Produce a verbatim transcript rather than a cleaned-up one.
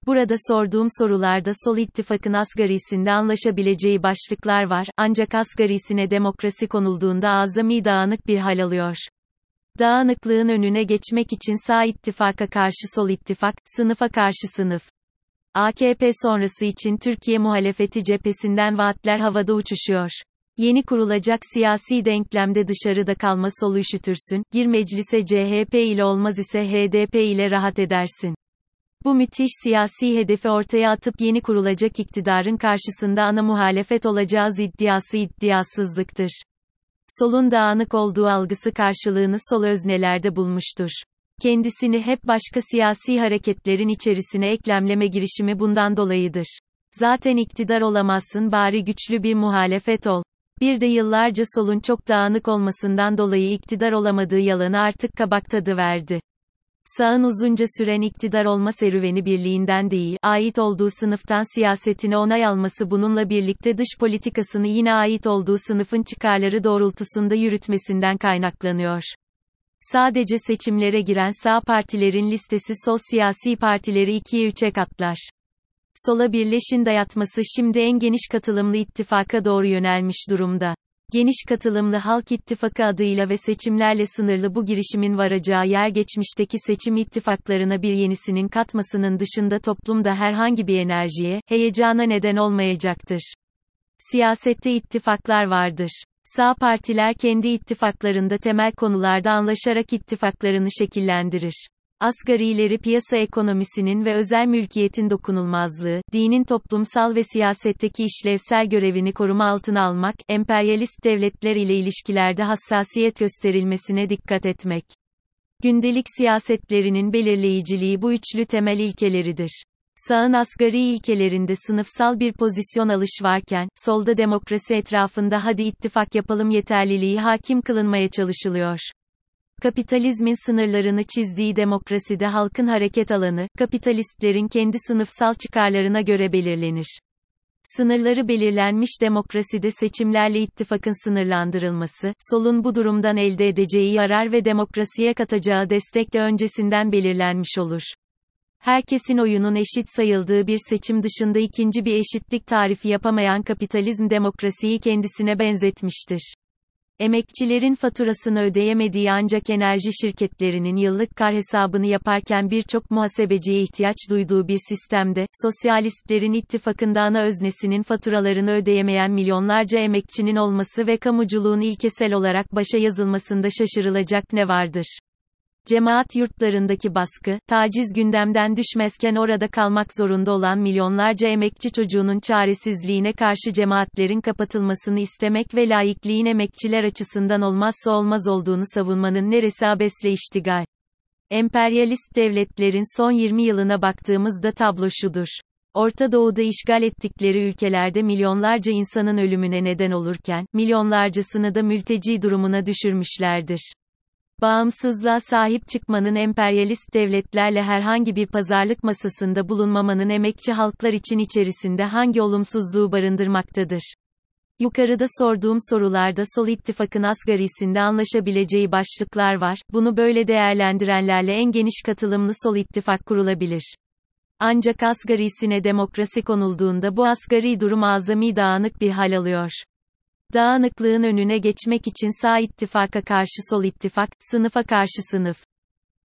Burada sorduğum sorularda Sol İttifak'ın asgarisinde anlaşabileceği başlıklar var, ancak asgarisine demokrasi konulduğunda azami dağınık bir hal alıyor. Dağınıklığın önüne geçmek için sağ ittifaka karşı sol ittifak, sınıfa karşı sınıf. A K P sonrası için Türkiye muhalefeti cephesinden vaatler havada uçuşuyor. Yeni kurulacak siyasi denklemde dışarıda kalma solu üşütürsün, gir meclise C H P ile olmaz ise H D P ile rahat edersin. Bu müthiş siyasi hedefi ortaya atıp yeni kurulacak iktidarın karşısında ana muhalefet olacağız iddiası iddiasızlıktır. Solun dağınık olduğu algısı karşılığını sol öznelerde bulmuştur. Kendisini hep başka siyasi hareketlerin içerisine eklemleme girişimi bundan dolayıdır. Zaten iktidar olamazsın, bari güçlü bir muhalefet ol. Bir de yıllarca solun çok dağınık olmasından dolayı iktidar olamadığı yalanı artık kabak tadı verdi. Sağın uzunca süren iktidar olma serüveni birliğinden değil, ait olduğu sınıftan siyasetine onay alması, bununla birlikte dış politikasını yine ait olduğu sınıfın çıkarları doğrultusunda yürütmesinden kaynaklanıyor. Sadece seçimlere giren sağ partilerin listesi sol siyasi partileri ikiye üçe katlar. Sola birleşin dayatması şimdi en geniş katılımlı ittifaka doğru yönelmiş durumda. Geniş katılımlı Halk İttifakı adıyla ve seçimlerle sınırlı bu girişimin varacağı yer geçmişteki seçim ittifaklarına bir yenisinin katmasının dışında toplumda herhangi bir enerjiye, heyecana neden olmayacaktır. Siyasette ittifaklar vardır. Sağ partiler kendi ittifaklarında temel konularda anlaşarak ittifaklarını şekillendirir. Asgarileri piyasa ekonomisinin ve özel mülkiyetin dokunulmazlığı, dinin toplumsal ve siyasetteki işlevsel görevini koruma altına almak, emperyalist devletler ile ilişkilerde hassasiyet gösterilmesine dikkat etmek. Gündelik siyasetlerinin belirleyiciliği bu üçlü temel ilkeleridir. Sağın asgari ilkelerinde sınıfsal bir pozisyon alış varken, solda demokrasi etrafında hadi ittifak yapalım yeterliliği hakim kılınmaya çalışılıyor. Kapitalizmin sınırlarını çizdiği demokraside halkın hareket alanı, kapitalistlerin kendi sınıfsal çıkarlarına göre belirlenir. Sınırları belirlenmiş demokraside seçimlerle ittifakın sınırlandırılması, solun bu durumdan elde edeceği yarar ve demokrasiye katacağı destekle öncesinden belirlenmiş olur. Herkesin oyunun eşit sayıldığı bir seçim dışında ikinci bir eşitlik tarifi yapamayan kapitalizm demokrasiyi kendisine benzetmiştir. Emekçilerin faturasını ödeyemediği ancak enerji şirketlerinin yıllık kar hesabını yaparken birçok muhasebeciye ihtiyaç duyduğu bir sistemde, sosyalistlerin ittifakında ana öznesinin faturalarını ödeyemeyen milyonlarca emekçinin olması ve kamuculuğun ilkesel olarak başa yazılmasında şaşırılacak ne vardır? Cemaat yurtlarındaki baskı, taciz gündemden düşmezken orada kalmak zorunda olan milyonlarca emekçi çocuğunun çaresizliğine karşı cemaatlerin kapatılmasını istemek ve laikliğin emekçiler açısından olmazsa olmaz olduğunu savunmanın neresi abesle iştigal? Emperyalist devletlerin son yirmi yılına baktığımızda tablo şudur. Orta Doğu'da işgal ettikleri ülkelerde milyonlarca insanın ölümüne neden olurken, milyonlarcasını da mülteci durumuna düşürmüşlerdir. Bağımsızlığa sahip çıkmanın emperyalist devletlerle herhangi bir pazarlık masasında bulunmamanın emekçi halklar için içerisinde hangi olumsuzluğu barındırmaktadır? Yukarıda sorduğum sorularda Sol İttifak'ın asgarisinde anlaşabileceği başlıklar var, bunu böyle değerlendirenlerle en geniş katılımlı Sol İttifak kurulabilir. Ancak asgarisine demokrasi konulduğunda bu asgari durum azami dağınık bir hal alıyor. Dağınıklığın önüne geçmek için sağ ittifaka karşı sol ittifak, sınıfa karşı sınıf.